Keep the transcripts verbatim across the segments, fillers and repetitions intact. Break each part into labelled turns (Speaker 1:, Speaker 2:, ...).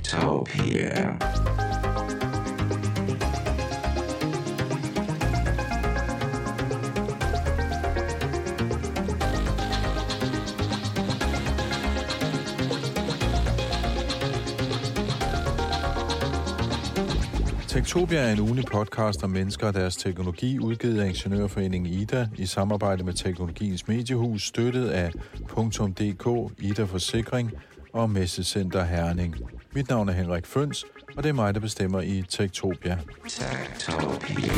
Speaker 1: Techtopia.
Speaker 2: Techtopia er en ugenlig podcast om mennesker og deres teknologi, udgivet af Ingeniørforeningen Ida i samarbejde med Teknologiens Mediehus, støttet af punktum d k, Ida Forsikring og Messecenter Herning. Mit navn er Henrik Føns, og det er mig, der bestemmer i Techtopia.
Speaker 1: Techtopia.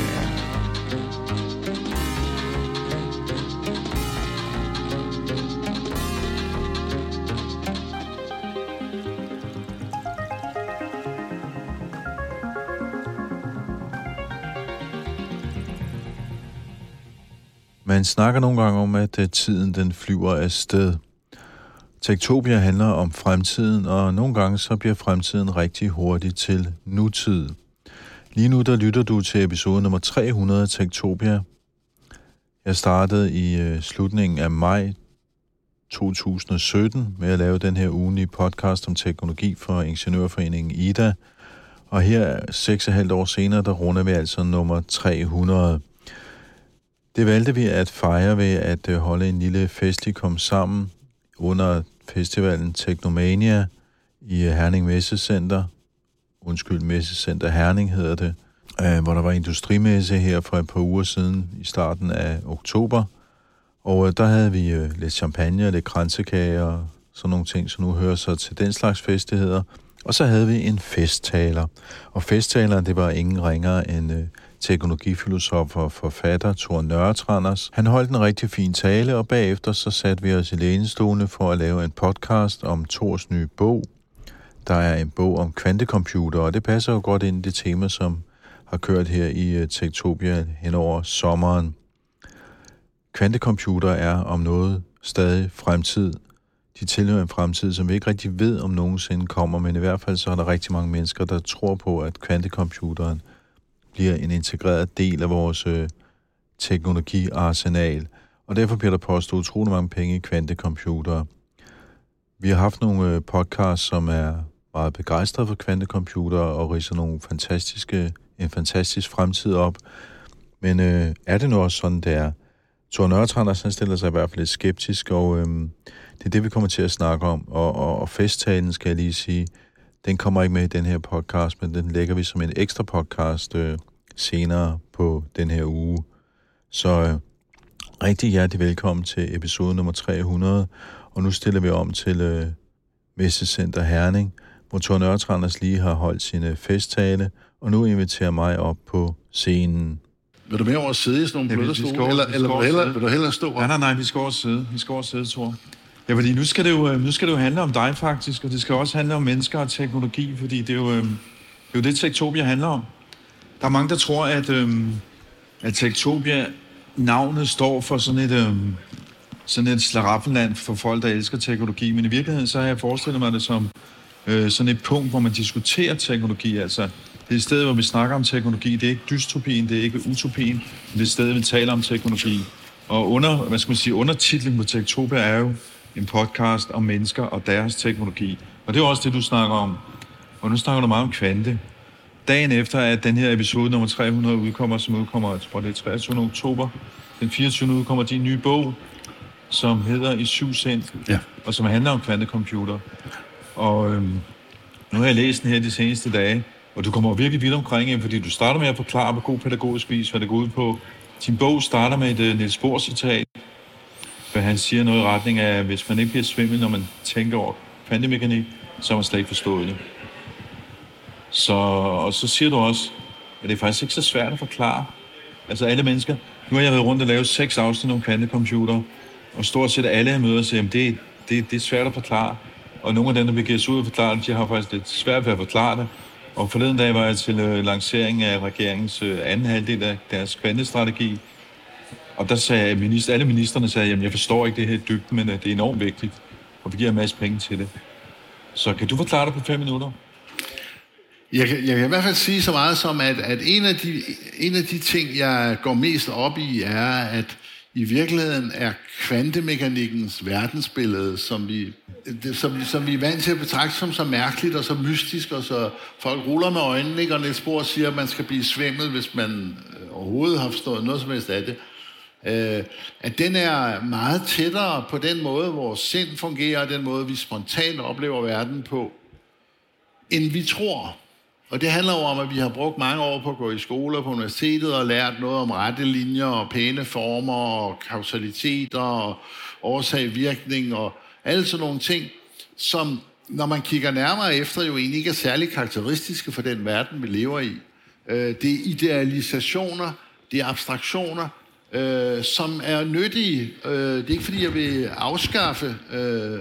Speaker 2: Man snakker nogle gange om, at tiden den flyver afsted. Techtopia handler om fremtiden, og nogle gange så bliver fremtiden rigtig hurtigt til nutid. Lige nu der lytter du til episode nummer tre hundrede af Techtopia. Jeg startede i øh, slutningen af maj to tusind og sytten med at lave den her ugenlige podcast om teknologi for Ingeniørforeningen Ida. Og her seks og et halvt år senere, der runder vi altså nummer tre hundrede. Det valgte vi at fejre ved at holde en lille festikum sammen under festivalen Technomania i Herning Messecenter. Undskyld, Messecenter Herning hedder det. Hvor der var industrimesse her for et par uger siden i starten af oktober. Og der havde vi lidt champagne, lidt kransekager og sådan nogle ting, så nu hører så til den slags festligheder. Og så havde vi en festtaler. Og festtaleren, det var ingen ringere end teknologifilosof og forfatter Thor Nørretranders. Han holdt en rigtig fin tale, og bagefter så satte vi os i lænestolene for at lave en podcast om Thors nye bog. Der er en bog om kvantecomputer, og det passer jo godt ind i det tema, som har kørt her i Techtopia hen over sommeren. Kvantecomputer er om noget stadig fremtid. De tilhører en fremtid, som vi ikke rigtig ved, om nogensinde kommer, men i hvert fald så er der rigtig mange mennesker, der tror på, at kvantecomputeren bliver en integreret del af vores øh, teknologiarsenal, og derfor bliver der postet utrolig mange penge i kvantecomputere. Vi har haft nogle øh, podcasts, som er meget begejstrede for kvantecomputere og ridser nogle fantastiske, en fantastisk fremtid op. Men øh, er det nu også sådan, det er? Thor Nørretranders, han stiller sig i hvert fald lidt skeptisk, og øh, det er det, vi kommer til at snakke om. Og, og, og festtalen, skal jeg lige sige, den kommer ikke med i den her podcast, men den lægger vi som en ekstra podcast øh, senere på den her uge. Så øh, rigtig hjertelig velkommen til episode nummer tre hundrede, og nu stiller vi om til øh, Messecenter Herning, hvor Thor Nørretranders lige har holdt sin øh, festtale, og nu inviterer mig op på scenen.
Speaker 3: Vil du med over at sidde i sådan nogle bløde stole, eller, eller vil, du hellere, vil du hellere stå op?
Speaker 2: Nej, nej, nej, vi skal over sidde. Vi skal over sidde, Thor. Ja, fordi nu skal, det jo, nu skal det jo handle om dig faktisk, og det skal også handle om mennesker og teknologi, fordi det er jo det, er jo det Techtopia handler om. Der er mange, der tror, at, øhm, at Techtopia, navnet står for sådan et, øhm, sådan et slaraffenland for folk, der elsker teknologi, men i virkeligheden så har jeg forestillet mig det som øh, sådan et punkt, hvor man diskuterer teknologi, altså det er et sted, hvor vi snakker om teknologi, det er ikke dystopien, det er ikke utopien, men det er et sted, vi taler om teknologi. Og under, hvad skal man sige, undertitlen på Techtopia er jo en podcast om mennesker og deres teknologi. Og det er også det, du snakker om. Og nu snakker du meget om kvante. Dagen efter, at den her episode nummer tre hundrede udkommer, som udkommer, jeg tror det er treogtyvende oktober, den fireogtyvende udkommer din nye bog, som hedder I syv cent,
Speaker 3: ja. Og
Speaker 2: som handler om kvantecomputer. Og øhm, nu har jeg læst den her de seneste dage, og du kommer virkelig vidt omkring, fordi du starter med at forklare på god pædagogisk vis, hvad det går ud på. Din bog starter med et uh, Niels Bohr-citat, for han siger noget i retning af, at hvis man ikke bliver svimmel, når man tænker over kvantemekanik, så har man slet ikke forstået det. Så, og så siger du også, at det er faktisk ikke så svært at forklare. Altså alle mennesker. Nu har jeg været rundt og lavet seks afsnit om kvantecomputer, og stort set alle jeg møder siger, at det, det, det er svært at forklare. Og nogle af dem, der vil give sig ud og forklare det, de har faktisk lidt svært ved at forklare det. Og forleden dag var jeg til uh, lancering af regeringens uh, anden halvdel af deres kvantestrategi. Og der sagde jeg, minister, alle ministerne sagde, at jeg forstår ikke det her i dybden, men uh, det er enormt vigtigt, og vi giver en masse penge til det. Så kan du forklare det på fem minutter?
Speaker 3: Jeg kan, jeg kan i hvert fald sige så meget som, at, at en, af de, en af de ting, jeg går mest op i, er, at i virkeligheden er kvantemekanikkens verdensbillede, som vi, det, som, som vi er vant til at betragte som så mærkeligt og så mystisk, og så folk ruller med øjnene, ikke? Og Niels Bohr siger, at man skal blive svimmel, hvis man overhovedet har forstået noget som helst af det. Øh, at den er meget tættere på den måde, vores sind fungerer, og den måde, vi spontant oplever verden på, end vi tror. Og det handler jo om, at vi har brugt mange år på at gå i skole på universitetet og lært noget om rette linjer og pæne former og kausaliteter og årsag-virkning og alle sådan nogle ting, som, når man kigger nærmere efter, jo egentlig ikke er særlig karakteristiske for den verden, vi lever i. Det er idealisationer, det er abstraktioner, øh, som er nyttige. Det er ikke, fordi jeg vil afskaffe øh,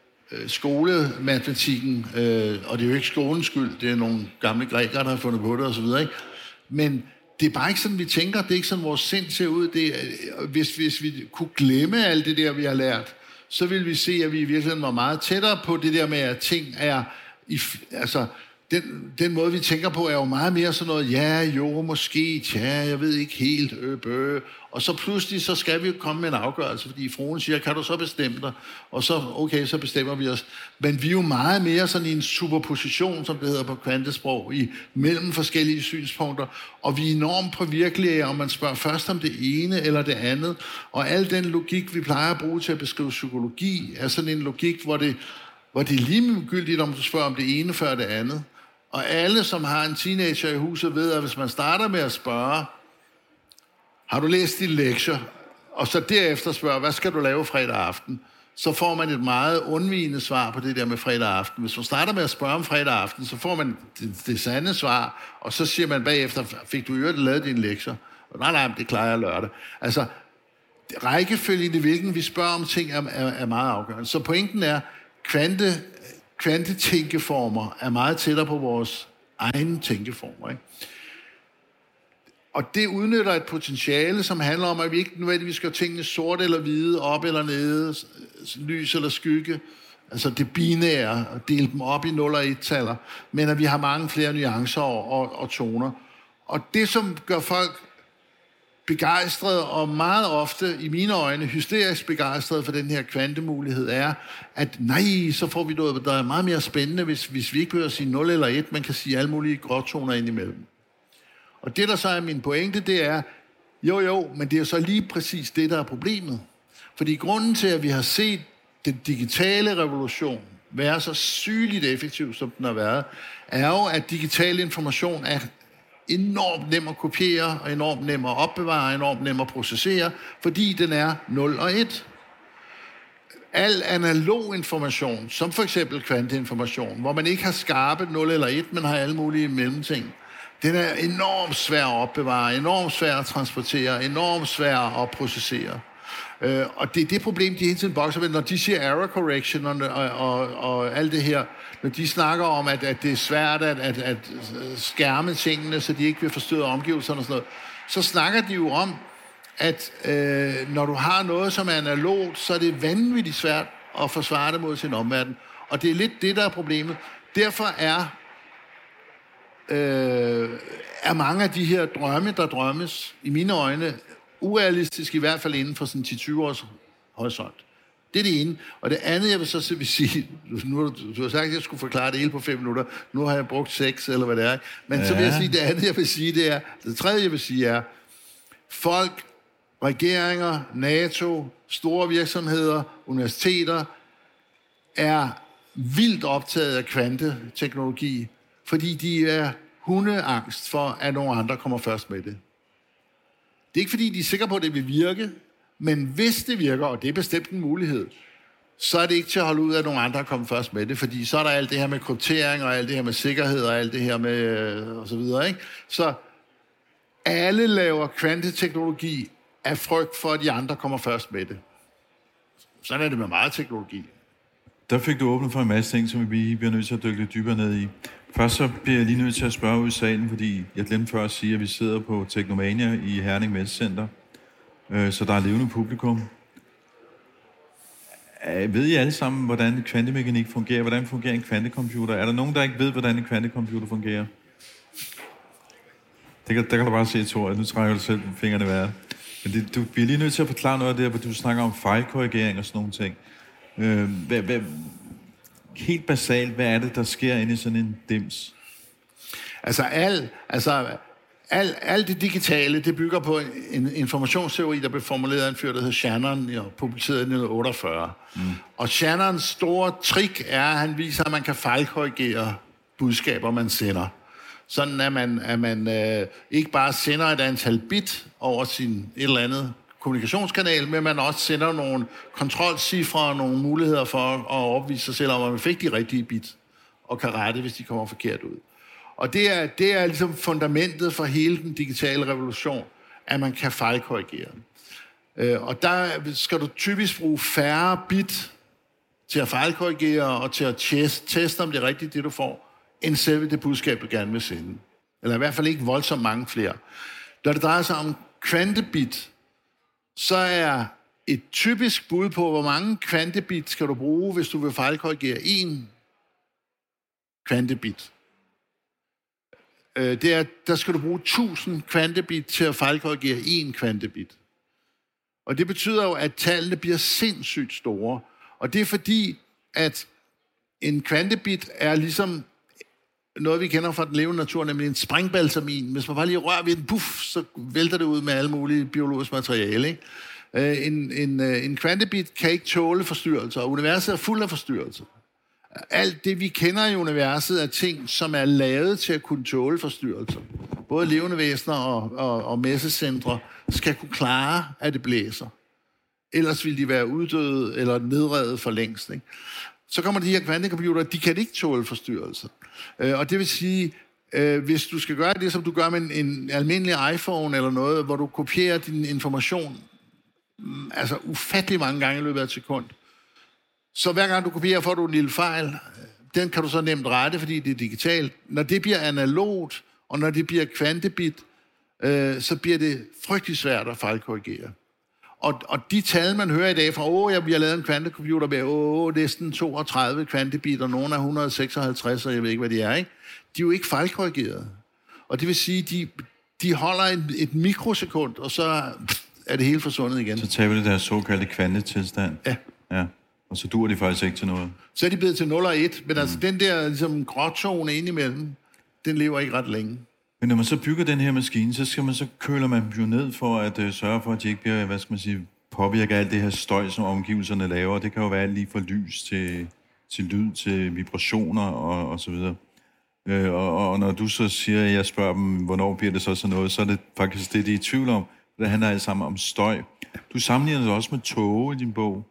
Speaker 3: skolematematikken, øh, og det er jo ikke skolens skyld, det er nogle gamle grækere, der har fundet på det osv., ikke? Men det er bare ikke sådan, vi tænker, det er ikke sådan, vores sind ser ud. Det er, hvis, hvis vi kunne glemme alt det der, vi har lært, så ville vi se, at vi i virkeligheden var meget tættere på det der med, at ting er, i, altså, den, den måde, vi tænker på, er jo meget mere sådan noget, ja, jo, måske, tja, jeg ved ikke helt, øh, bøh. Og så pludselig, så skal vi jo komme med en afgørelse, fordi fruen siger, kan du så bestemme dig? Og så, okay, så bestemmer vi os. Men vi er jo meget mere sådan i en superposition, som det hedder på kvantesprog, i mellem forskellige synspunkter. Og vi er enormt påvirkelige, om man spørger først om det ene eller det andet. Og al den logik, vi plejer at bruge til at beskrive psykologi, er sådan en logik, hvor det, hvor det er ligegyldigt, om du spørger om det ene før det andet. Og alle, som har en teenager i huset, ved, at hvis man starter med at spørge, har du læst dine lektier? Og så derefter spørger, hvad skal du lave fredag aften? Så får man et meget undvigende svar på det der med fredag aften. Hvis man starter med at spørge om fredag aften, så får man det, det sande svar, og så siger man bagefter, fik du i øvrigt lavet dine lektier? Og nej, nej, det klarer jeg lørdag. Altså, rækkefølgen i hvilken vi spørger om ting, er, er, er meget afgørende. Så pointen er, kvante, kvantetænkeformer er meget tættere på vores egne tænkeformer, ikke? Og det udnytter et potentiale, som handler om, at vi ikke nødvendigvis skal tingene sort eller hvide, op eller nede, lys eller skygge, altså det binære, og dele dem op i nul og et-taller, men at vi har mange flere nuancer og, og, og toner. Og det, som gør folk begejstrede, og meget ofte, i mine øjne, hysterisk begejstrede for den her kvantemulighed, er, at nej, så får vi noget, der er meget mere spændende, hvis, hvis vi ikke behøver at sige nul eller et, man kan sige alle mulige gråtoner indimellem. Og det, der så er min pointe, det er, jo jo, men det er så lige præcis det, der er problemet. Fordi grunden til, at vi har set den digitale revolution være så sygeligt effektiv, som den har været, er jo, at digital information er enormt nem at kopiere, og enormt nem at opbevare, enormt nem at processere, fordi den er nul og et. Al analog information, som for eksempel kvanteinformation, hvor man ikke har skarpe nul eller et, men har alle mulige mellemting, den er enormt svær at opbevare, enormt svær at transportere, enormt svær at processere. Øh, og det er det problem, de hele tiden bokser med, når de siger error correction og, og, og, og alt det her, når de snakker om, at, at det er svært at, at, at skærme tingene, så de ikke vil forstyrre omgivelserne og sådan noget, så snakker de jo om, at øh, når du har noget, som er analogt, så er det vanvittigt svært at forsvare det mod sin omverden. Og det er lidt det, der er problemet. Derfor er Øh, er mange af de her drømme, der drømmes, i mine øjne, urealistiske, i hvert fald inden for sådan ti til tyve års horisont. Det er det ene. Og det andet, jeg vil så vil sige, nu du, du har sagt, at jeg skulle forklare det hele på fem minutter, nu har jeg brugt seks, eller hvad det er. Men ja. Så vil jeg sige, det andet, jeg vil sige, det er, det tredje, jeg vil sige, er, folk, regeringer, NATO, store virksomheder, universiteter, er vildt optaget af kvanteteknologi, fordi de er hundeangst for, at nogle andre kommer først med det. Det er ikke, fordi de er sikre på, at det vil virke, men hvis det virker, og det er bestemt en mulighed, så er det ikke til at holde ud, at nogle andre kommer først med det, fordi så er der alt det her med kryptering, og alt det her med sikkerhed, og alt det her med, og så videre, ikke? Så alle laver kvanteteknologi af frygt for, at de andre kommer først med det. Sådan er det med meget teknologi.
Speaker 2: Der fik du åbnet for en masse ting, som vi bliver nødt til at dykke lidt dybere ned i. Først så bliver jeg lige nødt til at spørge ud i salen, fordi jeg glemte før at sige, at vi sidder på Teknomania i Herning Messecenter, så der er levende publikum. Ved I alle sammen, hvordan kvantemekanik fungerer? Hvordan fungerer en kvantecomputer? Er der nogen, der ikke ved, hvordan en kvantecomputer fungerer? Det kan, der kan du bare se, Thor. Nu trækker du selv fingrene værre. Men det, du bliver lige nødt til at forklare noget af det, hvor du snakker om fejlkorrigering og sådan nogle ting. Øh, hvad, hvad, helt basalt, hvad er det, der sker inde i sådan en dims?
Speaker 3: Altså, al, altså alt al det digitale, det bygger på en informationsteori, der blev formuleret af en fyr, der hedder Shannon, og publiceret i nitten otteogfyrre. Mm. Og Shannons store trick er, at han viser, at man kan fejlkorrigere budskaber, man sender. Sådan at man, at man øh, ikke bare sender et antal bit over sin et eller andet kommunikationskanal, men man også sender nogle kontrolcifre og nogle muligheder for at opvise sig selv om, at man fik de rigtige bit, og kan rette, hvis de kommer forkert ud. Og det er, det er ligesom fundamentet for hele den digitale revolution, at man kan fejlkorrigere. Øh, og der skal du typisk bruge færre bit til at fejlkorrigere og til at teste, teste om det er rigtigt, det du får, end selve det budskab, du gerne vil sende. Eller i hvert fald ikke voldsomt mange flere. Når det drejer sig om kvantebit, så er et typisk bud på, hvor mange kvantebit skal du bruge, hvis du vil fejlkorrigere én kvantebit. Det er, der skal du bruge tusind kvantebit til at fejlkorrigere én kvantebit. Og det betyder jo, at tallene bliver sindssygt store. Og det er fordi, at en kvantebit er ligesom noget, vi kender fra den levende natur, nemlig en sprængbalsamin. Hvis man bare lige rører ved den, puff, så vælter det ud med alle mulige biologiske materiale. Ikke? En, en, en kvantebit kan ikke tåle forstyrrelser, og universet er fuld af forstyrrelser. Alt det, vi kender i universet, er ting, som er lavet til at kunne tåle forstyrrelser. Både levende væsener og, og, og messecentre skal kunne klare, at det blæser. Ellers vil de være uddøde eller nedrevet for længst. Ikke? Så kommer de her kvantecomputere, de kan ikke tåle forstyrrelser. Øh, og det vil sige, øh, hvis du skal gøre det, som du gør med en, en almindelig iPhone eller noget, hvor du kopierer din information altså ufattelig mange gange i løbet af et sekund, så hver gang du kopierer, får du en lille fejl. Den kan du så nemt rette, fordi det er digitalt. Når det bliver analogt, og når det bliver kvantebit, øh, så bliver det frygtelig svært at fejlkorrigere. Og, og de tal, man hører i dag fra, åh, jeg, vi har lavet en kvantecomputer med, åh, næsten toogtredive kvantebit, og nogle er et hundrede og seksoghalvtreds, og jeg ved ikke, hvad de er, ikke? De er jo ikke fejlkorrigeret. Og det vil sige, de, de holder et, et mikrosekund, og så er det hele forsvundet igen.
Speaker 2: Så tager vi det der såkaldte kvantetilstand.
Speaker 3: Ja.
Speaker 2: Ja. Og så dur de faktisk ikke til noget.
Speaker 3: Så er de blevet til nul og et, men mm. altså den der ligesom, gråtone indimellem, den lever ikke ret længe.
Speaker 2: Men når man så bygger den her maskine, så skal man så køler man jo ned for at uh, sørge for, at de ikke bliver, hvad skal man sige, påvirker alt det her støj, som omgivelserne laver. Det kan jo være lige fra lys til, til lyd, til vibrationer og, og så videre. Uh, og, og når du så siger, at jeg spørger dem, hvornår bliver det så sådan noget, så er det faktisk det, de er i tvivl om. Det handler alt sammen om støj. Du sammenligner det også med tåge i din bog.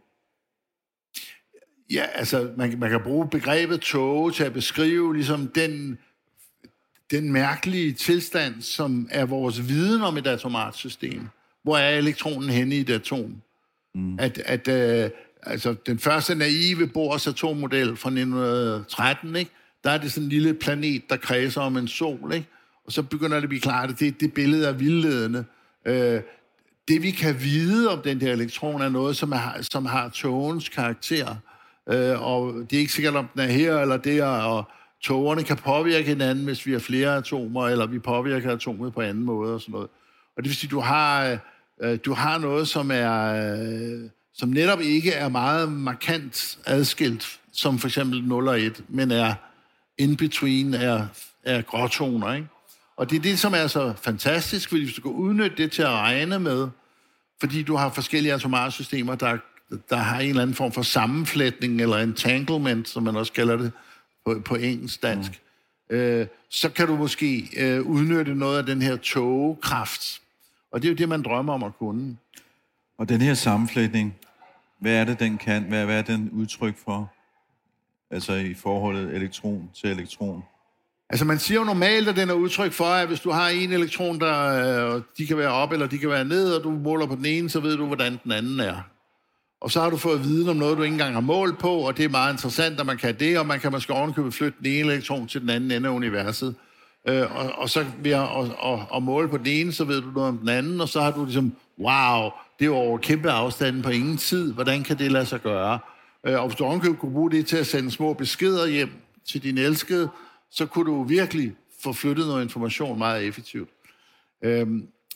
Speaker 3: Ja, altså, man, man kan bruge begrebet tåge til at beskrive ligesom den, den mærkelige tilstand, som er vores viden om et atomarsystem. Hvor er elektronen henne i et atom? Mm. At, at øh, altså, den første naive Bohrs atommodel fra nitten tretten, ikke? Der er det sådan en lille planet, der kredser om en sol, ikke? Og så begynder det at blive klart, at det, det billede er vildledende. Øh, det, vi kan vide om den der elektron, er noget, som, er, som har tågens karakter. Øh, og det er ikke sikkert, om den er her eller der, og tågerne kan påvirke hinanden, hvis vi har flere atomer, eller vi påvirker atomet på anden måde og sådan noget. Og det vil sige, du har, øh, du har noget, som er øh, som netop ikke er meget markant adskilt, som for eksempel nul og et, men er in between, er, er gråtoner, ikke? Og det er det, som er så fantastisk, fordi hvis du kan udnytte det til at regne med, fordi du har forskellige atomarsystemer, der, der har en eller anden form for sammenflætning, eller entanglement, som man også kalder det på, på engelsk dansk, mm. øh, så kan du måske øh, udnytte noget af den her tågekraft. Og det er jo det, man drømmer om at kunne.
Speaker 2: Og den her sammenflætning, hvad er det, den kan? Hvad, hvad er den udtryk for? Altså i forholdet elektron til elektron?
Speaker 3: Altså man siger jo normalt, at den er udtryk for, at hvis du har en elektron, der øh, de kan være op eller de kan være ned, og du måler på den ene, så ved du, hvordan den anden er. Og så har du fået viden om noget, du ikke engang har målt på, og det er meget interessant, at man kan det, og man kan måske ovenikøbet flytte den ene elektron til den anden ende af universet. Øh, og, og så ved at og, og, og måle på den ene, så ved du noget om den anden, og så har du ligesom, wow, det er jo over kæmpe afstanden på ingen tid, hvordan kan det lade sig gøre? Øh, og hvis du ovenikøbet kunne bruge det til at sende små beskeder hjem til din elskede, så kunne du virkelig få flyttet noget information meget effektivt. Øhm,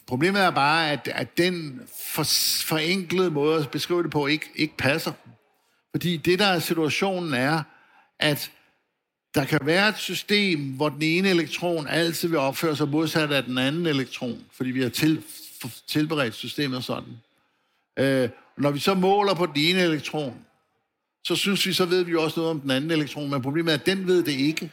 Speaker 3: problemet er bare, at, at den for, forenklede måde at beskrive det på ikke, ikke passer. Fordi det, der er situationen, er, at der kan være et system, hvor den ene elektron altid vil opføre sig modsat af den anden elektron, fordi vi har til, tilberedt systemet sådan. Øh, når vi så måler på den ene elektron, så synes vi, så ved vi også noget om den anden elektron, men problemet er, at den ved det ikke.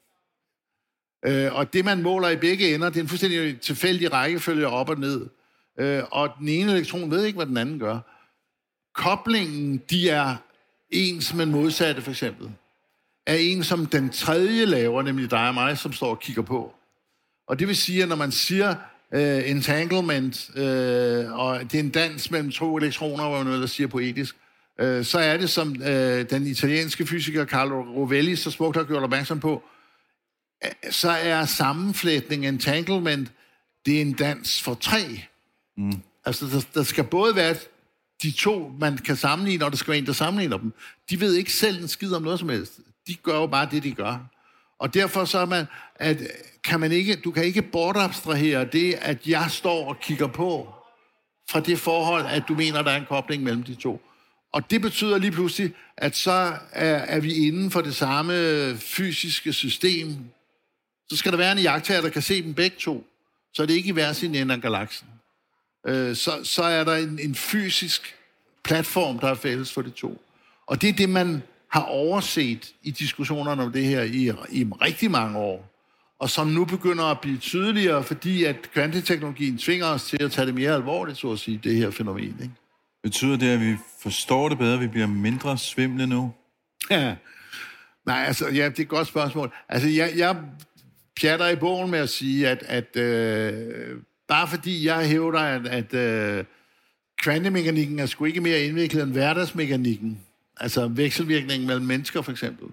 Speaker 3: Øh, og det, man måler i begge ender, det er en fuldstændig tilfældig rækkefølge op og ned. Øh, og den ene elektron ved ikke, hvad den anden gør. Koblingen, de er ens, men modsatte, for eksempel, er en, som den tredje laver, nemlig dig og mig, som står og kigger på. Og det vil sige, at når man siger uh, entanglement, uh, og det er en dans mellem to elektroner, hvor man ellers siger poetisk, uh, så er det, som uh, den italienske fysiker Carlo Rovelli så smukt har gjort opmærksom på, uh, så er sammenflætning, entanglement, det er en dans for tre. Mm. Altså, der, der skal både være de to, man kan sammenligne, og der skal være en, der sammenligner dem. De ved ikke selv en skid om noget som helst. De gør jo bare det, de gør. Og derfor så er man, at kan man ikke, du kan ikke bortabstrahere det, at jeg står og kigger på, fra det forhold, at du mener, der er en kobling mellem de to. Og det betyder lige pludselig, at så er, er vi inden for det samme fysiske system. Så skal der være en iagttager, der kan se dem begge to. Så er det ikke i hver sin ende af galaksen. Øh, så, så er der en, en fysisk platform, der er fælles for de to. Og det er det, man har overset i diskussionerne om det her i, i rigtig mange år, og som nu begynder at blive tydeligere, fordi at kvanteteknologien tvinger os til at tage det mere alvorligt, så at sige, det her fænomen. Ikke?
Speaker 2: Betyder det, at vi forstår det bedre, at vi bliver mindre svimle nu?
Speaker 3: Ja. Nej, altså, ja, det er et godt spørgsmål. Altså, jeg, jeg pjatter i bogen med at sige, at, at øh, bare fordi jeg hævder, at, at øh, kvantemekanikken er sgu ikke mere indviklet end hverdagsmekanikken, altså vekselvirkningen mellem mennesker for eksempel,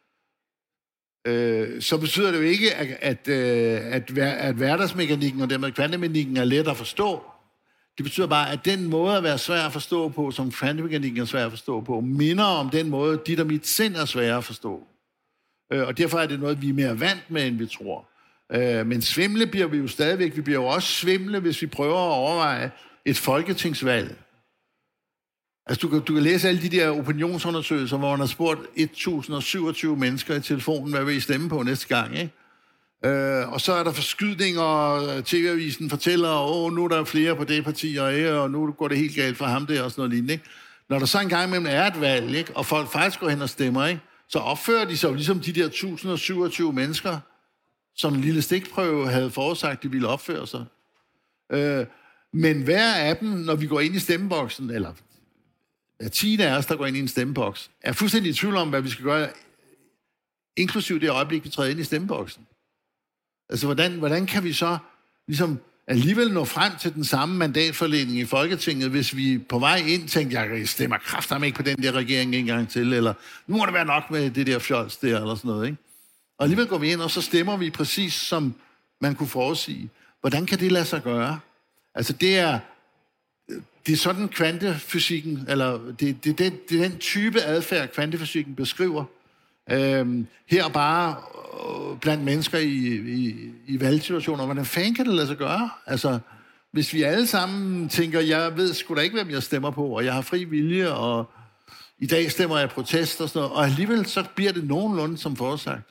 Speaker 3: øh, så betyder det jo ikke, at, at, at, at hverdagsmekanikken og dermed kvantemekanikken er let at forstå. Det betyder bare, at den måde at være svær at forstå på, som kvantemekanikken er svær at forstå på, minder om den måde, dit og mit sind er svær at forstå. Øh, og derfor er det noget, vi er mere vant med, end vi tror. Øh, men svimle bliver vi jo stadigvæk. Vi bliver jo også svimle, hvis vi prøver at overveje et folketingsvalg. Altså, du kan, du kan læse alle de der opinionsundersøgelser, hvor man har spurgt et tusind syvogtyve mennesker i telefonen, hvad vil I stemme på næste gang, ikke? Øh, og så er der forskydninger, og T V-avisen fortæller, åh, nu er der flere på det parti, og, og nu går det helt galt for ham der, og sådan noget lignende, ikke? Når der så en gang imellem er et valg, ikke? Og folk faktisk går hen og stemmer, ikke? Så opfører de sig jo ligesom de der et tusind syvogtyve mennesker, som en lille stikprøve havde forudsagt, de ville opføre sig. Øh, men hver af dem, når vi går ind i stemmeboksen, eller hver tiende af os, der går ind i en stemmeboks, er fuldstændig i tvivl om, hvad vi skal gøre, inklusiv det øjeblik, vi træder ind i stemmeboksen. Altså, hvordan, hvordan kan vi så ligesom alligevel nå frem til den samme mandatfordeling i Folketinget, hvis vi på vej ind tænker, jeg stemmer kraftedeme ikke på den der regering en gang til, eller nu må det være nok med det der fjols der, eller sådan noget, ikke? Og alligevel går vi ind, og så stemmer vi præcis, som man kunne forudsige. Hvordan kan det lade sig gøre? Altså, det er, det er sådan kvantefysikken, eller det, det, det, det er den type adfærd, kvantefysikken beskriver. Øhm, her bare øh, blandt mennesker i, i, i valgsituationer. Hvordan fanden kan det lade sig gøre? Altså, hvis vi alle sammen tænker, jeg ved sgu da ikke, hvem jeg stemmer på, og jeg har fri vilje, og i dag stemmer jeg protest og sådan noget, og alligevel så bliver det nogenlunde som forudsagt.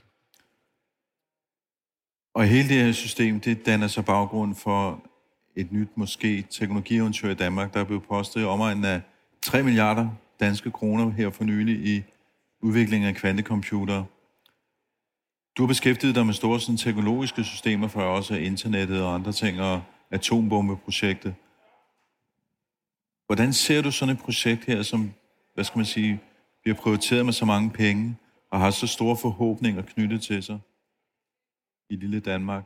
Speaker 2: Og hele det her system, det danner sig baggrund for et nyt, måske, teknologieventyr i Danmark, der er blevet postet i omegnen af tre milliarder danske kroner her for nylig i udvikling af kvantecomputere. Du har beskæftiget dig med store sådan, teknologiske systemer, for også internettet og andre ting, og atombombeprojektet. Hvordan ser du sådan et projekt her, som, hvad skal man sige, bliver prioriteret med så mange penge, og har så store forhåbninger knyttet til sig i lille Danmark?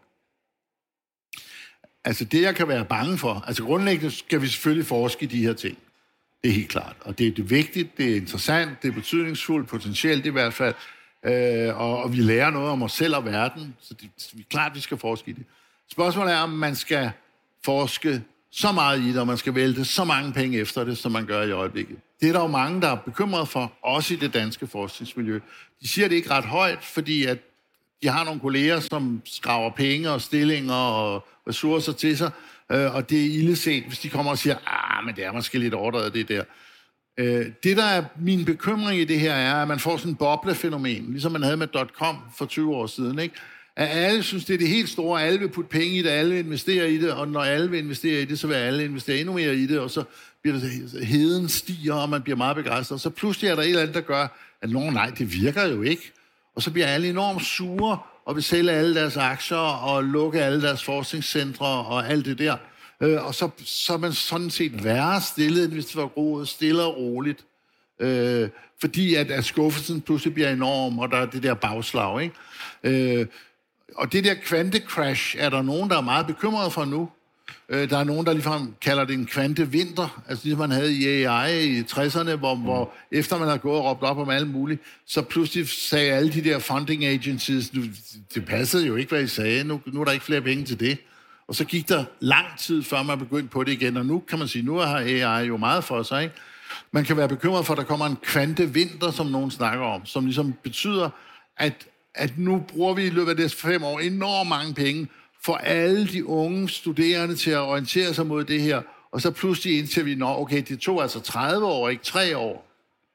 Speaker 3: Altså det, jeg kan være bange for, altså grundlæggende skal vi selvfølgelig forske i de her ting. Det er helt klart. Og det er det vigtigt, det er interessant, det er betydningsfuldt, potentielt i hvert fald. Øh, og, og vi lærer noget om os selv og verden, så det er klart, vi skal forske i det. Spørgsmålet er, om man skal forske så meget i det, og man skal vælte så mange penge efter det, som man gør i øjeblikket. Det er der jo mange, der er bekymret for, også i det danske forskningsmiljø. De siger det ikke ret højt, fordi at de har nogle kolleger, som skraver penge og stillinger og ressourcer til sig, øh, og det er illeset, hvis de kommer og siger, ah, men det er måske lidt overdrevet, det der. Øh, det, der er min bekymring i det her, er, at man får sådan en boblefænomen, ligesom man havde med .com for tyve år siden, ikke? At alle synes, det er det helt store, alle vil putte penge i det, alle investerer i det, og når alle vil investere i det, så vil alle investere endnu mere i det, og så bliver det, heden stiger, og man bliver meget begejstret. Og så pludselig er der et eller andet, der gør, at nogen, nej, det virker jo ikke. Og så bliver alle enormt sure, og vil sælge alle deres aktier, og lukke alle deres forskningscentre, og alt det der. Øh, og så, så er man sådan set værre stillet, end hvis det var groet, stille og roligt. Øh, fordi at, at skuffelsen pludselig bliver enorm, og der er det der bagslag, ikke? Øh, og det der kvantecrash er der nogen, der er meget bekymrede for nu. Øh, der er nogen, der ligefrem kalder det en kvantevinter, altså ligesom man havde i A I i tresserne, hvor, mm. hvor efter man har gået og råbt op om alt muligt, så pludselig sagde alle de der funding agencies, nu, det passede jo ikke, hvad I sagde, nu, nu er der ikke flere penge til det. Og så gik der lang tid, før man begyndte på det igen, og nu kan man sige, nu har A I jo meget for sig, ikke? Man kan være bekymret for, at der kommer en kvantevinter, som nogen snakker om, som ligesom betyder, at, at nu bruger vi i løbet af de fem år enormt mange penge for alle de unge studerende til at orientere sig mod det her, og så pludselig indtil vi når, okay, det tog altså tredive år, ikke tre år.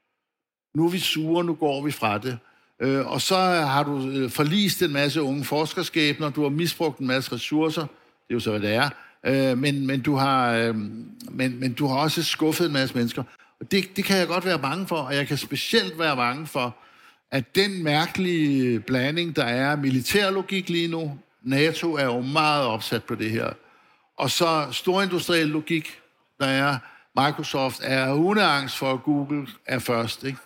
Speaker 3: Nu er vi sure, nu går vi fra det. Øh, og så har du forlist en masse unge forskerskæbner, du har misbrugt en masse ressourcer, det er jo så, hvad det er, øh, men, men, du har, øh, men, men du har også skuffet en masse mennesker. Og det, det kan jeg godt være bange for, og jeg kan specielt være bange for, at den mærkelige blanding, der er militærlogik lige nu, NATO er jo meget opsat på det her, og så storindustriel logik, der er Microsoft, er hundeangst for, at Google er først, ikke?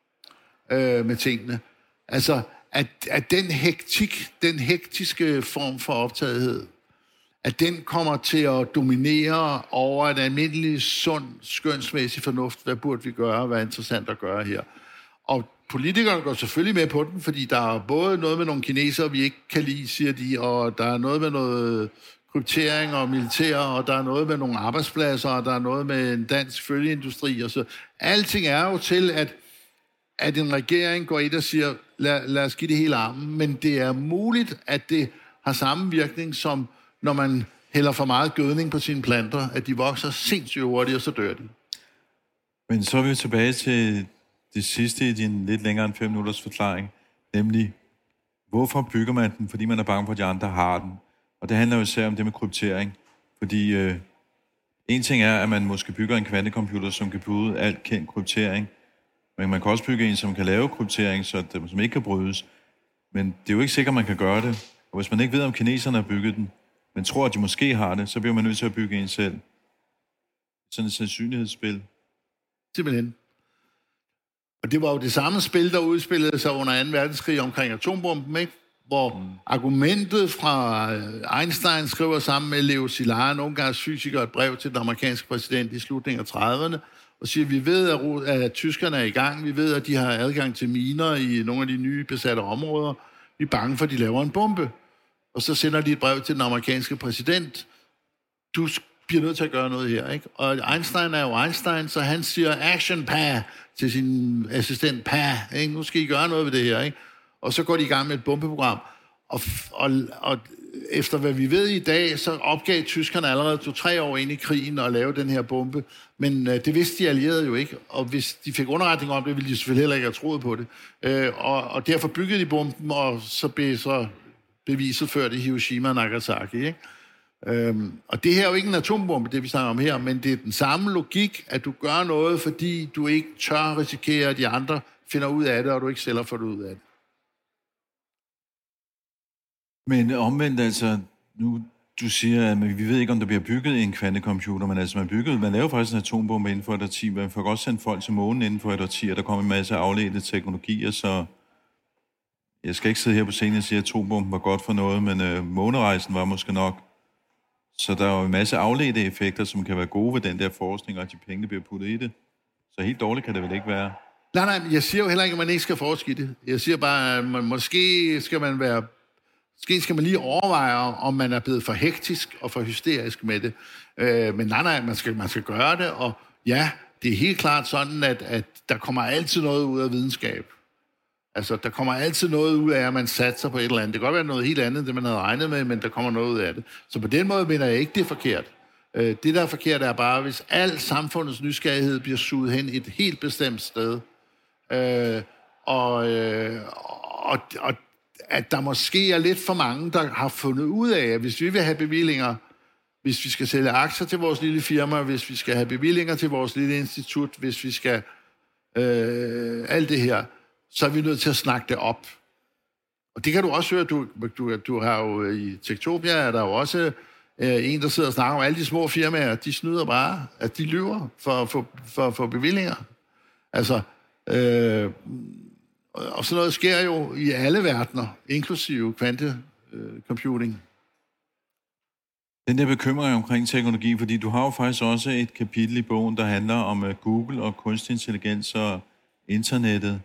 Speaker 3: Øh, med tingene. Altså, at, at den hektik, den hektiske form for optagethed, at den kommer til at dominere over en almindelig, sund, skønsmæssig fornuft. Hvad burde vi gøre? Hvad er interessant at gøre her? Og politikerne går selvfølgelig med på den, fordi der er både noget med nogle kinesere, vi ikke kan lide, siger de, og der er noget med noget kryptering og militær, og der er noget med nogle arbejdspladser, og der er noget med en dansk følgeindustri. Og så. Alting er jo til, at, at en regering går ind og siger, lad, lad os give det hele armen, men det er muligt, at det har samme virkning som når man hælder for meget gødning på sine planter, at de vokser sindssygt hurtigt, og så dør de.
Speaker 2: Men så er vi tilbage til det sidste i din lidt længere end fem minutters forklaring, nemlig, hvorfor bygger man den? Fordi man er bange for, at de andre har den. Og det handler jo især om det med kryptering. Fordi øh, en ting er, at man måske bygger en kvantecomputer, som kan bryde alt kendt kryptering. Men man kan også bygge en, som kan lave kryptering, så det, som ikke kan brydes. Men det er jo ikke sikkert, at man kan gøre det. Og hvis man ikke ved, om kineserne har bygget den, men tror, at de måske har det, så bliver man nødt til at bygge en selv. Sådan et sandsynlighedsspil.
Speaker 3: Simpelthen. Og det var jo det samme spil, der udspillede sig under anden verdenskrig omkring atombomben, ikke? Hvor mm. argumentet fra Einstein skriver sammen med Leo Szilard, en ungarsk fysiker, et brev til den amerikanske præsident i slutningen af trediverne, og siger, at vi ved, at, at tyskerne er i gang, vi ved, at de har adgang til miner i nogle af de nye besatte områder, vi er bange for, at de laver en bombe. Og så sender de et brev til den amerikanske præsident. Du bliver nødt til at gøre noget her, ikke? Og Einstein er jo Einstein, så han siger action pa til sin assistent pa, ikke? Nu skal I gøre noget ved det her, ikke? Og så går de i gang med et bombeprogram. Og, og, og efter hvad vi ved i dag, så opgav tyskerne allerede to-tre år ind i krigen at lave den her bombe. Men øh, det vidste de allierede jo ikke. Og hvis de fik underretning om det, ville de selvfølgelig heller ikke have troet på det. Øh, og, og derfor byggede de bomben, og så blev så beviset ført i Hiroshima og Nagasaki, ikke? Øhm, og det her er jo ikke en atombombe, det vi snakker om her, men det er den samme logik, at du gør noget, fordi du ikke tør risikere, at de andre finder ud af det, og du ikke selv får det ud af det.
Speaker 2: Men omvendt altså, nu du siger, at vi ved ikke, om der bliver bygget en kvantecomputer, men altså man bygget, man laver faktisk en atombombe inden for et årti, man får også sendt folk til månen inden for et årti, og der kommer en masse afledte teknologier, så jeg skal ikke sidde her på scenen og sige, at atombomben var godt for noget, men øh, månerejsen var måske nok. Så der er jo en masse afledte effekter, som kan være gode ved den der forskning, og de penge, der bliver puttet i det. Så helt dårligt kan det vel ikke være?
Speaker 3: Nej, nej, jeg siger jo heller ikke, at man ikke skal forske i det. Jeg siger bare, at man, måske skal man være... Måske skal man lige overveje, om man er blevet for hektisk og for hysterisk med det. Øh, men nej, nej, man skal, man skal gøre det, og ja, det er helt klart sådan, at, at der kommer altid noget ud af videnskab. Altså, der kommer altid noget ud af, at man satser på et eller andet. Det kan godt være noget helt andet, det man havde regnet med, men der kommer noget ud af det. Så på den måde mener jeg ikke, det er forkert. Øh, det, der er forkert, er bare, hvis al samfundets nysgerrighed bliver suget hen et helt bestemt sted, øh, og, øh, og, og at der måske er lidt for mange, der har fundet ud af, at hvis vi vil have bevillinger, hvis vi skal sælge aktier til vores lille firma, hvis vi skal have bevillinger til vores lille institut, hvis vi skal øh, alt det her, så er vi nødt til at snakke det op. Og det kan du også høre, du, du, du har jo i Techtopia, er der jo også øh, en, der sidder og snakker om alle de små firmaer, de snyder bare, at de lyver for, for, for, for bevillinger. Altså, øh, og sådan noget sker jo i alle verdener, inklusive kvantecomputing.
Speaker 2: Den der bekymring omkring teknologi, fordi du har jo faktisk også et kapitel i bogen, der handler om uh, Google og kunstig intelligens og internettet.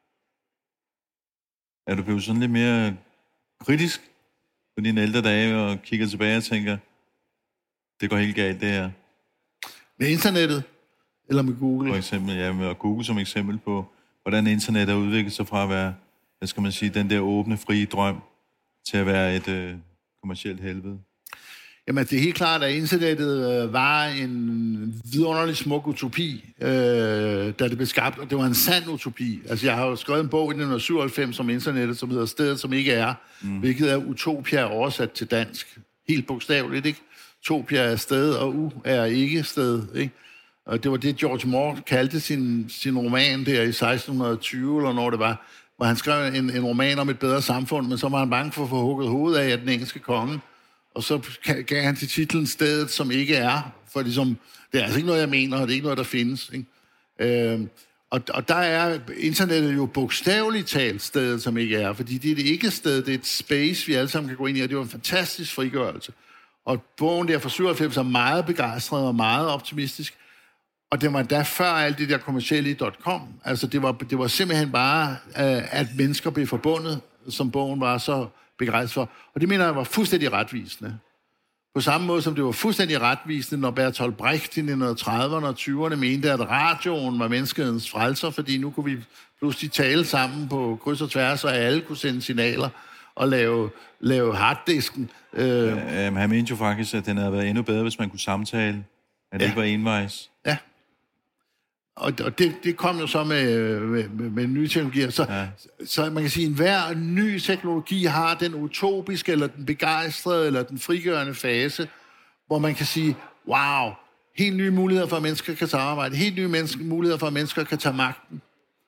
Speaker 2: Er du blevet sådan lidt mere kritisk på dine ældre dage og kigger tilbage og tænker, det går helt galt det her?
Speaker 3: Med internettet? Eller med Google?
Speaker 2: For eksempel, ja, med Google som eksempel på, hvordan internet har udviklet sig fra at være, hvad skal man sige, den der åbne, frie drøm, til at være et øh, kommercielt helvede.
Speaker 3: Jamen, det er helt klart, at internettet øh, var en vidunderlig smuk utopi, øh, da det blev skabt, og det var en sand utopi. Altså, jeg har jo skrevet en bog i nitten syvoghalvfems om internettet, som hedder Stedet, som ikke er, mm. hvilket er utopia oversat til dansk. Helt bogstaveligt, ikke? Topia er sted, og u er ikke sted, ikke? Og det var det, George Moore kaldte sin, sin roman der i seksten tyve, eller når det var, hvor han skrev en, en roman om et bedre samfund, men så var han bange for at få hugget hovedet af, at den engelske konge. Og så gav han til titlen Stedet, som ikke er, for ligesom, det er altså ikke noget, jeg mener, og det er ikke noget, der findes. Ikke? Øh, og, og der er internettet jo bogstaveligt talt stedet, som ikke er, fordi det er det ikke sted, det er et space, vi alle sammen kan gå ind i, og det var en fantastisk frigørelse. Og bogen der fra syvoghalvfems er meget begejstret og meget optimistisk, og det var da før alt det der kommercielle .com. Altså det var, det var simpelthen bare, at mennesker blev forbundet, som bogen var så begejstret for. Og det mener jeg var fuldstændig retvisende. På samme måde som det var fuldstændig retvisende, når Bertolt Brecht i nitten trediverne og tyverne mente, at radioen var menneskehedens frelser, fordi nu kunne vi pludselig tale sammen på kryds og tværs, og alle kunne sende signaler og lave, lave harddisken. Øh.
Speaker 2: Ja, han mente jo faktisk, at den havde været endnu bedre, hvis man kunne samtale, at det
Speaker 3: ja.
Speaker 2: ikke var envejs.
Speaker 3: Ja. Og, og det, det kom jo så med, med, med, med nye teknologier. Så, ja. så man kan sige, at hver ny teknologi har den utopiske, eller den begejstrede, eller den frigørende fase, hvor man kan sige, wow, helt nye muligheder for, at mennesker kan samarbejde, helt nye menneske, muligheder for, at mennesker kan tage magten.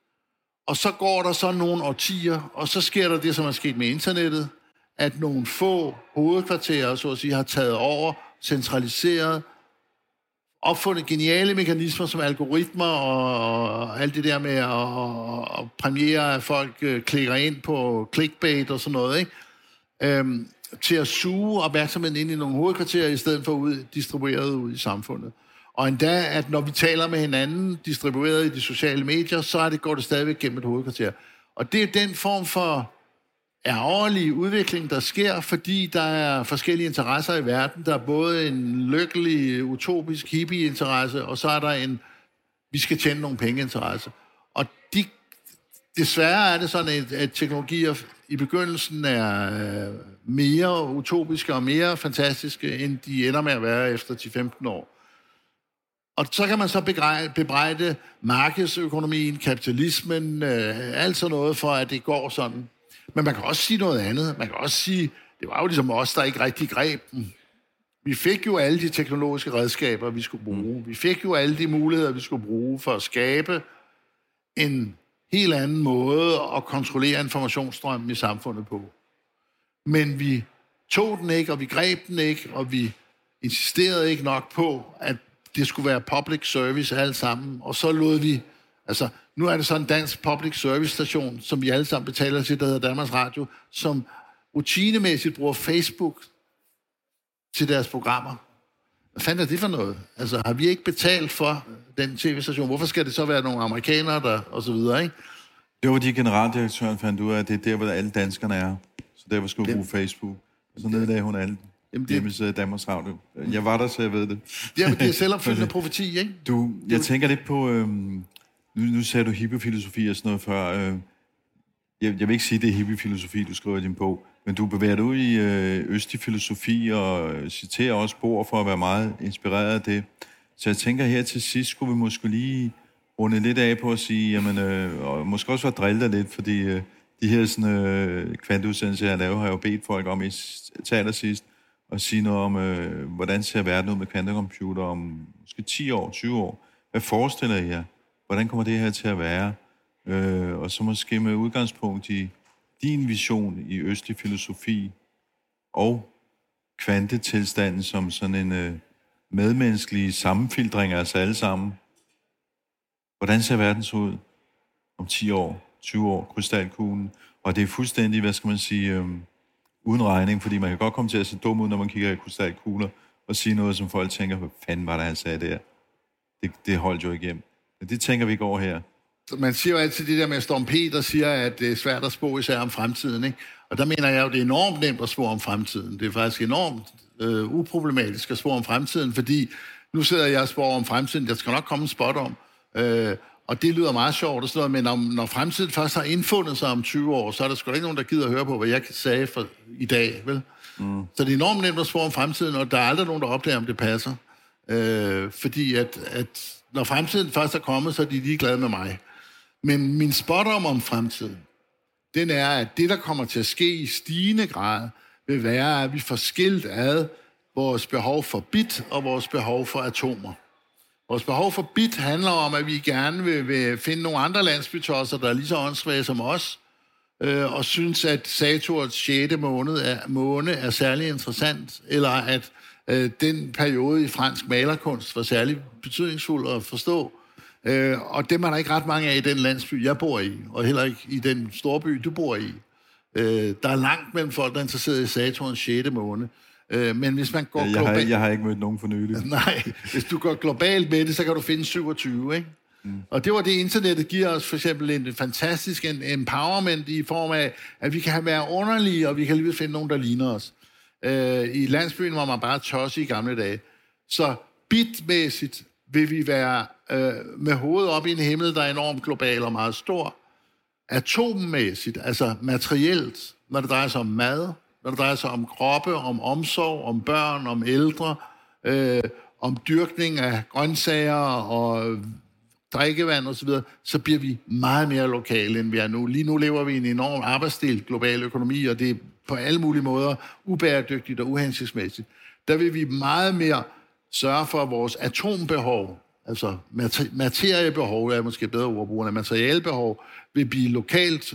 Speaker 3: Og så går der så nogle årtier, og så sker der det, som er sket med internettet, at nogle få hovedkvarterer, så at sige, har taget over, centraliseret, opfundet geniale mekanismer som algoritmer og, og alt det der med at, at premiere, at folk øh, klikker ind på clickbait og sådan noget, ikke? Øhm, til at suge opmærksomheden ind i nogle hovedkvarterer, i stedet for ud, distribueret ud i samfundet. Og endda, at når vi taler med hinanden, distribueret i de sociale medier, så er det, går det stadigvæk gennem et hovedkvarter. Og det er den form for ærgerlig udvikling, der sker, fordi der er forskellige interesser i verden. Der er både en lykkelig, utopisk hippie-interesse, og så er der en, vi skal tjene nogle penge-interesse. Og de, desværre er det sådan, at, at teknologier i begyndelsen er mere utopiske og mere fantastiske, end de ender med at være efter ti til femten år. Og så kan man så bebrejde markedsøkonomien, kapitalismen, øh, alt sådan noget for, at det går sådan. Men man kan også sige noget andet. Man kan også sige, det var jo ligesom os, der ikke rigtig greb dem. Vi fik jo alle de teknologiske redskaber, vi skulle bruge. Vi fik jo alle de muligheder, vi skulle bruge for at skabe en helt anden måde at kontrollere informationsstrømmen i samfundet på. Men vi tog den ikke, og vi greb den ikke, og vi insisterede ikke nok på, at det skulle være public service alt sammen. Og så lod vi, altså nu er det sådan en dansk public service station, som vi alle sammen betaler til, der hedder Danmarks Radio, som rutinemæssigt bruger Facebook til deres programmer. Hvad fanden er det for noget? Altså, har vi ikke betalt for den tv-station? Hvorfor skal det så være nogle amerikanere, der og så videre, ikke?
Speaker 2: Det var de generaldirektøren fandt ud af, at det er der, hvor alle danskerne er. Så derfor skulle vi bruge Facebook. Og så nedlagde hun alle hjemmesider i Danmarks Radio. Jeg var der, så jeg ved det.
Speaker 3: Jamen, det er selvopfyldende profeti, ikke?
Speaker 2: Du, jeg tænker lidt på... Øhm, nu, nu sagde du hyperfilosofi og sådan noget før. Øh, jeg, jeg vil ikke sige, det er hippie-filosofi, du skriver i din bog, men du bevæger dig ud i øh, østlig filosofi og citerer også Bohr for at være meget inspireret af det. Så jeg tænker her til sidst, skulle vi måske lige runde lidt af på at sige, jamen, øh, og måske også være drillet lidt, fordi øh, de her sådan, øh, kvanteudsendelser, jeg laver, har jeg jo bedt folk om i til allersidst, at sige noget om, øh, hvordan ser verden ud med kvantecomputer om måske ti år, tyve år. Hvad forestiller I jer? Hvordan kommer det her til at være? Øh, og så måske med udgangspunkt i din vision i østlig filosofi og kvantetilstanden som sådan en øh, medmenneskelig sammenfiltring af os alle sammen. Hvordan ser verden så ud om ti år, tyve år, krystalkuglen? Og det er fuldstændig, hvad skal man sige, øh, uden regning, fordi man kan godt komme til at se dum ud, når man kigger i krystalkugler og sige noget, som folk tænker, hvad fanden var det, han sagde der? Det, det holdt jo igennem. Men det tænker vi ikke over her.
Speaker 3: Man siger jo altid det der med Storm Peter siger, at det er svært at spå især om fremtiden, ikke? Og der mener jeg jo, det er enormt nemt at spå om fremtiden. Det er faktisk enormt øh, uproblematisk at spå om fremtiden, fordi nu sidder jeg og spår om fremtiden, der skal nok komme en spot om. Øh, og det lyder meget sjovt og sådan noget, men når, når fremtiden først har indfundet sig om tyve år, så er der sgu da ikke nogen, der gider at høre på, hvad jeg sagde for i dag, vel? Mm. Så det er enormt nemt at spå om fremtiden, og der er aldrig nogen, der opdager, om det passer. Øh, fordi at, at når fremtiden først er kommet, så er de ligeglade med mig. Men min spot om om fremtiden, den er, at det, der kommer til at ske i stigende grad, vil være, at vi får skilt ad vores behov for bit og vores behov for atomer. Vores behov for bit handler om, at vi gerne vil, vil finde nogle andre landsbytosser, der er lige så åndssvage som os, øh, og synes, at Saturns sjette måned er, måne er særlig interessant, eller at øh, den periode i fransk malerkunst var særlig betydningsfuld at forstå. Øh, og dem er der ikke ret mange af i den landsby, jeg bor i, og heller ikke i den storby, du bor i. Øh, der er langt mellem folk, der er interesseret i Saturns sjette måned. Øh, men hvis man går
Speaker 2: jeg,
Speaker 3: globalt...
Speaker 2: har, jeg har ikke mødt nogen for nylig.
Speaker 3: Nej, hvis du går globalt med det, så kan du finde syvogtyve, ikke? Mm. Og det var det, internettet giver os for eksempel en fantastisk en empowerment i form af, at vi kan være underlige, og vi kan lige finde nogen, der ligner os. Øh, I landsbyen var man bare tosse i gamle dage. Så bitmæssigt vil vi være øh, med hovedet op i en himmel, der er enormt global og meget stor. Atommæssigt, altså materielt, når det drejer sig om mad, når det drejer sig om kroppe, om omsorg, om børn, om ældre, øh, om dyrkning af grøntsager og drikkevand osv., så, så bliver vi meget mere lokale, end vi er nu. Lige nu lever vi i en enorm arbejdsdelt global økonomi, og det er på alle mulige måder ubæredygtigt og uhensigtsmæssigt. Der vil vi meget mere sørge for vores atombehov, altså materiebehov, er måske bedre ordbrug end materialebehov, vil blive lokalt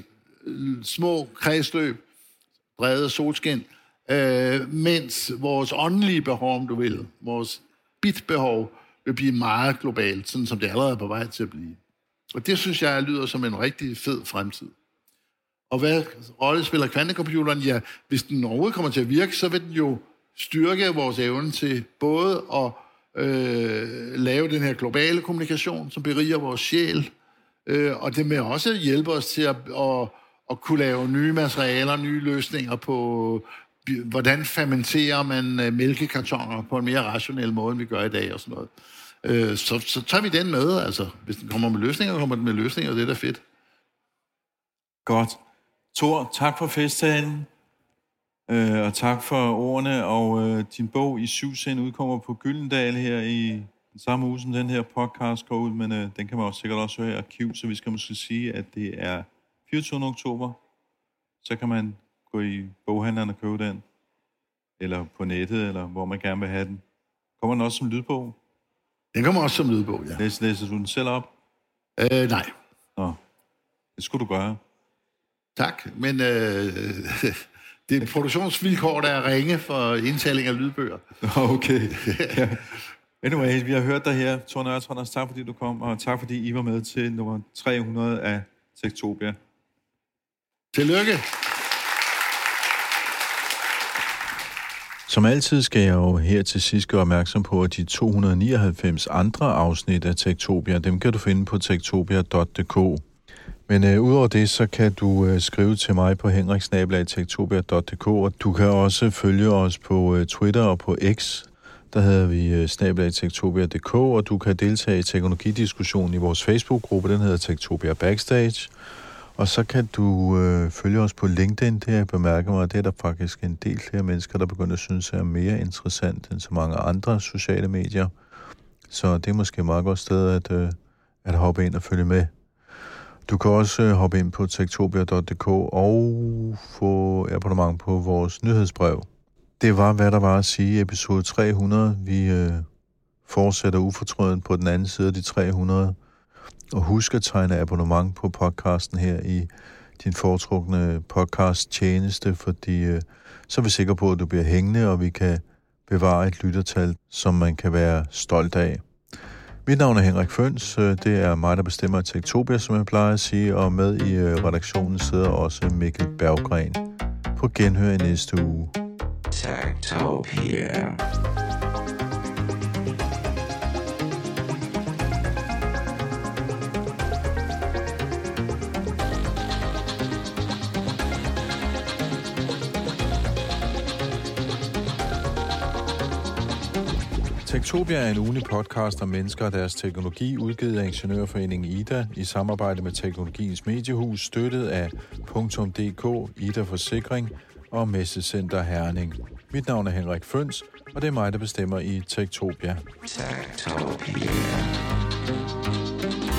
Speaker 3: små kredsløb, brede solskin, øh, mens vores åndelige behov, om du vil, vores bitbehov, vil blive meget globalt, sådan som det allerede er på vej til at blive. Og det synes jeg lyder som en rigtig fed fremtid. Og hvad rolle spiller kvantecomputeren? Ja, hvis den overhovedet kommer til at virke, så vil den jo styrke vores evne til både at øh, lave den her globale kommunikation, som beriger vores sjæl, øh, og det vil også hjælpe os til at, at, at kunne lave nye materialer, nye løsninger på, hvordan fermenterer man mælkekartoner på en mere rationel måde, end vi gør i dag og sådan noget. Øh, så, så tager vi den med, altså. Hvis den kommer med løsninger, kommer den med løsninger, og det er da fedt.
Speaker 2: Godt. Thor, tak for festtalen. Øh, og tak for ordene, og øh, din bog i syv sind udkommer på Gyldendal her i den samme uge, som den her podcast går ud, men øh, den kan man også sikkert også høre i arkiv, så vi skal måske sige, at det er fireogtyvende oktober. Så kan man gå i boghandleren og købe den, eller på nettet, eller hvor man gerne vil have den. Kommer den også som lydbog?
Speaker 3: Den kommer også som lydbog, ja.
Speaker 2: Læser, læser du den selv op?
Speaker 3: Øh, nej.
Speaker 2: Nå, det skulle du gøre.
Speaker 3: Tak, men øh, det er et produktionsvilkår, der er ringe for indtaling af lydbøger.
Speaker 2: Okay. Ja. Anyway, vi har hørt dig her, Thor Nørretranders. Tak fordi du kom, og tak fordi I var med til nummer tre hundrede af Techtopia.
Speaker 3: Tillykke.
Speaker 2: Som altid skal jeg jo her til sidst gøre opmærksom på, at de to hundrede nioghalvfems andre afsnit af Techtopia, dem kan du finde på techtopia punktum d k. Men øh, udover det, så kan du øh, skrive til mig på henrik snabel-a techtopia punktum d k, og du kan også følge os på øh, Twitter og på X. Der hedder vi øh, snabel-a techtopia punktum d k, og du kan deltage i teknologidiskussionen i vores Facebook-gruppe, den hedder Techtopia Backstage. Og så kan du øh, følge os på LinkedIn, det jeg bemærker mig, det er der faktisk en del flere mennesker, der begynder at synes er mere interessant end så mange andre sociale medier. Så det er måske et meget godt sted at, øh, at hoppe ind og følge med. Du kan også øh, hoppe ind på techtopia punktum d k og få abonnement på vores nyhedsbrev. Det var, hvad der var at sige i episode tre hundrede. Vi øh, fortsætter ufortrødent på den anden side af de tre hundrede. Og husk at tegne abonnement på podcasten her i din foretrukne podcast-tjeneste, fordi øh, så er vi sikre på, at du bliver hængende, og vi kan bevare et lyttertal, som man kan være stolt af. Mit navn er Henrik Føns. Det er mig, der bestemmer Techtopia, som jeg plejer at sige, og med i øh, redaktionen sidder også Mikkel Berggren. På genhør i næste uge.
Speaker 1: Techtopia.
Speaker 2: Techtopia er en ugenlig podcast om mennesker og deres teknologi, udgivet af Ingeniørforeningen Ida i samarbejde med Teknologiens Mediehus, støttet af .dk, Ida Forsikring og Messecenter Herning. Mit navn er Henrik Føns, og det er mig, der bestemmer i Techtopia.
Speaker 1: Techtopia.